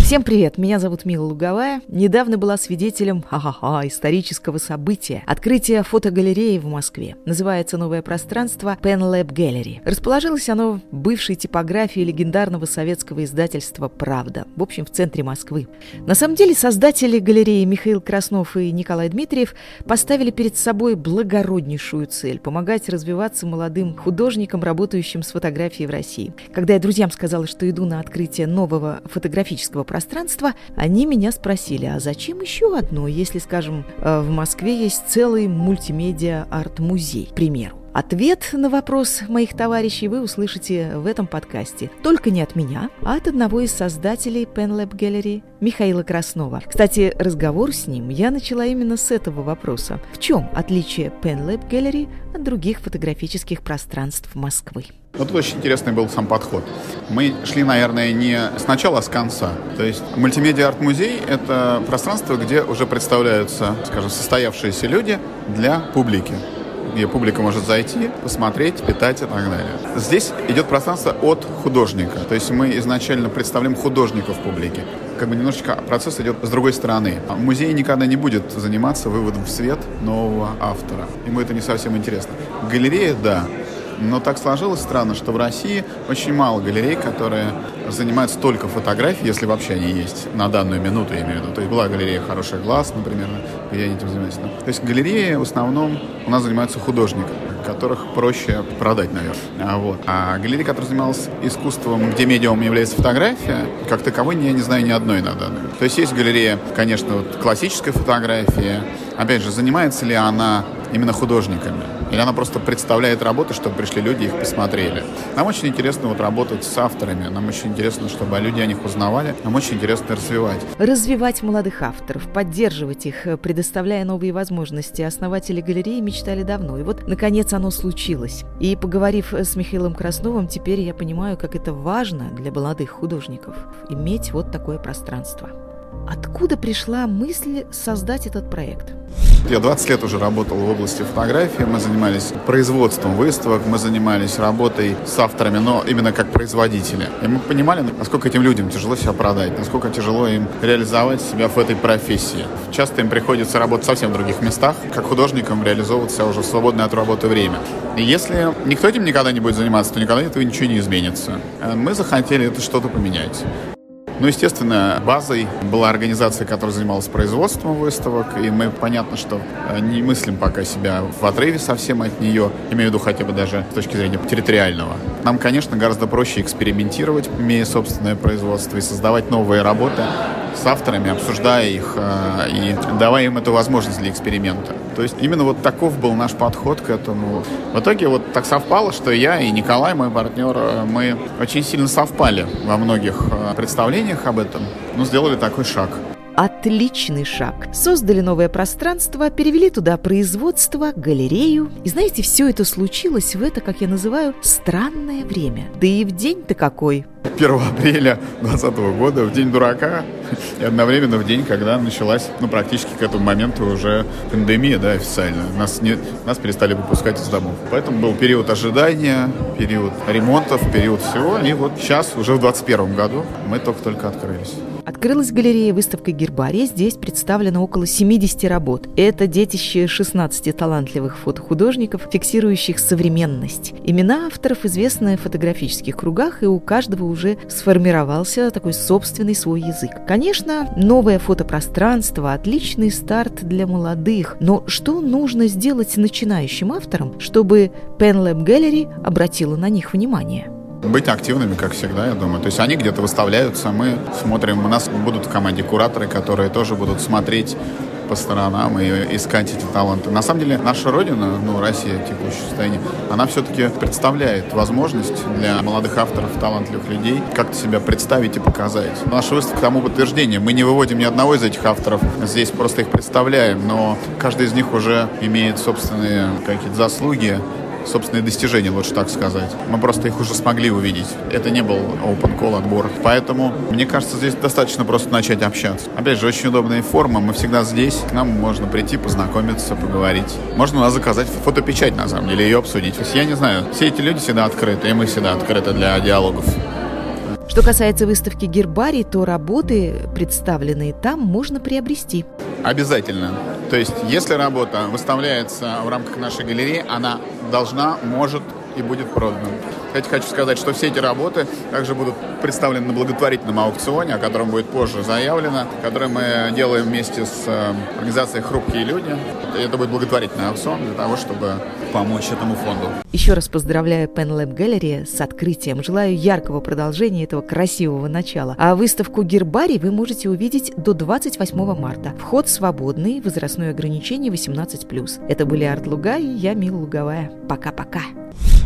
Всем привет, меня зовут Мила Луговая. Недавно была свидетелем исторического события – открытия фотогалереи в Москве. Называется новое пространство Pen Lab Gallery. Расположилось оно в бывшей типографии легендарного советского издательства «Правда», в общем, в центре Москвы. На самом деле создатели галереи Михаил Краснов и Николай Дмитриев поставили перед собой благороднейшую цель – помогать развиваться молодым художникам, работающим с фотографией в России. Когда я друзьям сказала, что иду на открытие нового фотографического пространства, они меня спросили, а зачем еще одно, если, скажем, в Москве есть целый мультимедиа-арт-музей, к примеру? Ответ на вопрос моих товарищей вы услышите в этом подкасте. Только не от меня, а от одного из создателей Pen Lab Gallery, Михаила Краснова. Кстати, разговор с ним я начала именно с этого вопроса. В чем отличие Pen Lab Gallery от других фотографических пространств Москвы? Вот очень интересный был сам подход. Мы шли, наверное, не сначала, а с конца. То есть мультимедиа-арт-музей – это пространство, где уже представляются, скажем, состоявшиеся люди для публики, где публика может зайти, посмотреть, питать и так далее. Здесь идет пространство от художника. То есть мы изначально представляем художников публике. Как бы немножечко процесс идет с другой стороны. Музей никогда не будет заниматься выводом в свет нового автора. Ему это не совсем интересно. Галерея – да. Но так сложилось странно, что в России очень мало галерей, которые занимаются только фотографией, если вообще они есть, на данную минуту, я имею в виду. То есть была галерея «Хороший глаз», например, где они этим занимаются. То есть галереи в основном у нас занимаются художниками, которых проще продать, наверное. А галереи, которые занималась искусством, где медиумом является фотография, как таковой я не знаю ни одной на данную. То есть есть галерея, конечно, классическая фотография. Опять же, занимается ли она именно художниками? Или она просто представляет работы, чтобы пришли люди и их посмотрели? Нам очень интересно работать с авторами. Нам очень интересно, чтобы люди о них узнавали. Нам очень интересно развивать. Развивать молодых авторов, поддерживать их, предоставляя новые возможности. Основатели галереи мечтали давно. И вот, наконец, оно случилось. И, поговорив с Михаилом Красновым, теперь я понимаю, как это важно для молодых художников – иметь вот такое пространство. Откуда пришла мысль создать этот проект? Я 20 лет уже работал в области фотографии, мы занимались производством выставок, мы занимались работой с авторами, но именно как производители. И мы понимали, насколько этим людям тяжело себя продать, насколько тяжело им реализовать себя в этой профессии. Часто им приходится работать совсем в других местах, как художникам реализовываться уже в свободное от работы время. И если никто этим никогда не будет заниматься, то никогда этого ничего не изменится. Мы захотели это что-то поменять. Ну, естественно, базой была организация, которая занималась производством выставок, и мы, понятно, что не мыслим пока себя в отрыве совсем от нее, имею в виду хотя бы даже с точки зрения территориального. Нам, конечно, гораздо проще экспериментировать, имея собственное производство, и создавать новые работы с авторами, обсуждая их и давая им эту возможность для эксперимента. То есть именно таков был наш подход к этому. В итоге так совпало, что я и Николай, мой партнер, мы очень сильно совпали во многих представлениях об этом, но сделали такой шаг. Отличный шаг. Создали новое пространство, перевели туда производство, галерею. И знаете, все это случилось в это, как я называю, странное время. Да и в день-то какой. 1 апреля 2020 года, в день дурака, и одновременно в день, когда началась, практически к этому моменту уже пандемия, официально. Нас перестали выпускать из домов. Поэтому был период ожидания, период ремонтов, период всего. И сейчас, уже в 2021 году, мы только открылись. Открылась галерея выставкой «Гербария». Здесь представлено около 70 работ. Это детище 16 талантливых фотохудожников, фиксирующих современность. Имена авторов известны в фотографических кругах, и у каждого уже сформировался такой собственный свой язык. Конечно, новое фотопространство – отличный старт для молодых. Но что нужно сделать начинающим авторам, чтобы Pen Lab Gallery обратила на них внимание? Быть активными, как всегда, я думаю. То есть они где-то выставляются, мы смотрим. У нас будут в команде кураторы, которые тоже будут смотреть по сторонам и искать эти таланты. На самом деле, наша родина, Россия в текущем состоянии, она все-таки представляет возможность для молодых авторов, талантливых людей как-то себя представить и показать. Наша выставка тому подтверждение. Мы не выводим ни одного из этих авторов, здесь просто их представляем, но каждый из них уже имеет собственные какие-то заслуги, собственные достижения, лучше так сказать. Мы просто их уже смогли увидеть. Это не был open call отбор. Поэтому, мне кажется, здесь достаточно просто начать общаться. Опять же, очень удобная форма. Мы всегда здесь. К нам можно прийти, познакомиться, поговорить. Можно у нас заказать фотопечать, на самом деле, ее обсудить. То есть, я не знаю, все эти люди всегда открыты, и мы всегда открыты для диалогов. Что касается выставки «Гербарий», то работы, представленные там, можно приобрести. Обязательно. То есть, если работа выставляется в рамках нашей галереи, она должна, может и будет продана. Кстати, хочу сказать, что все эти работы также будут представлены на благотворительном аукционе, о котором будет позже заявлено, который мы делаем вместе с организацией «Хрупкие люди». Это будет благотворительный аукцион для того, чтобы помочь этому фонду. Еще раз поздравляю Pen Lab Gallery с открытием. Желаю яркого продолжения этого красивого начала. А выставку «Гербарий» вы можете увидеть до 28 марта. Вход свободный, возрастное ограничение 18+. Это были Арт Лугай и я, Мила Луговая. Пока-пока.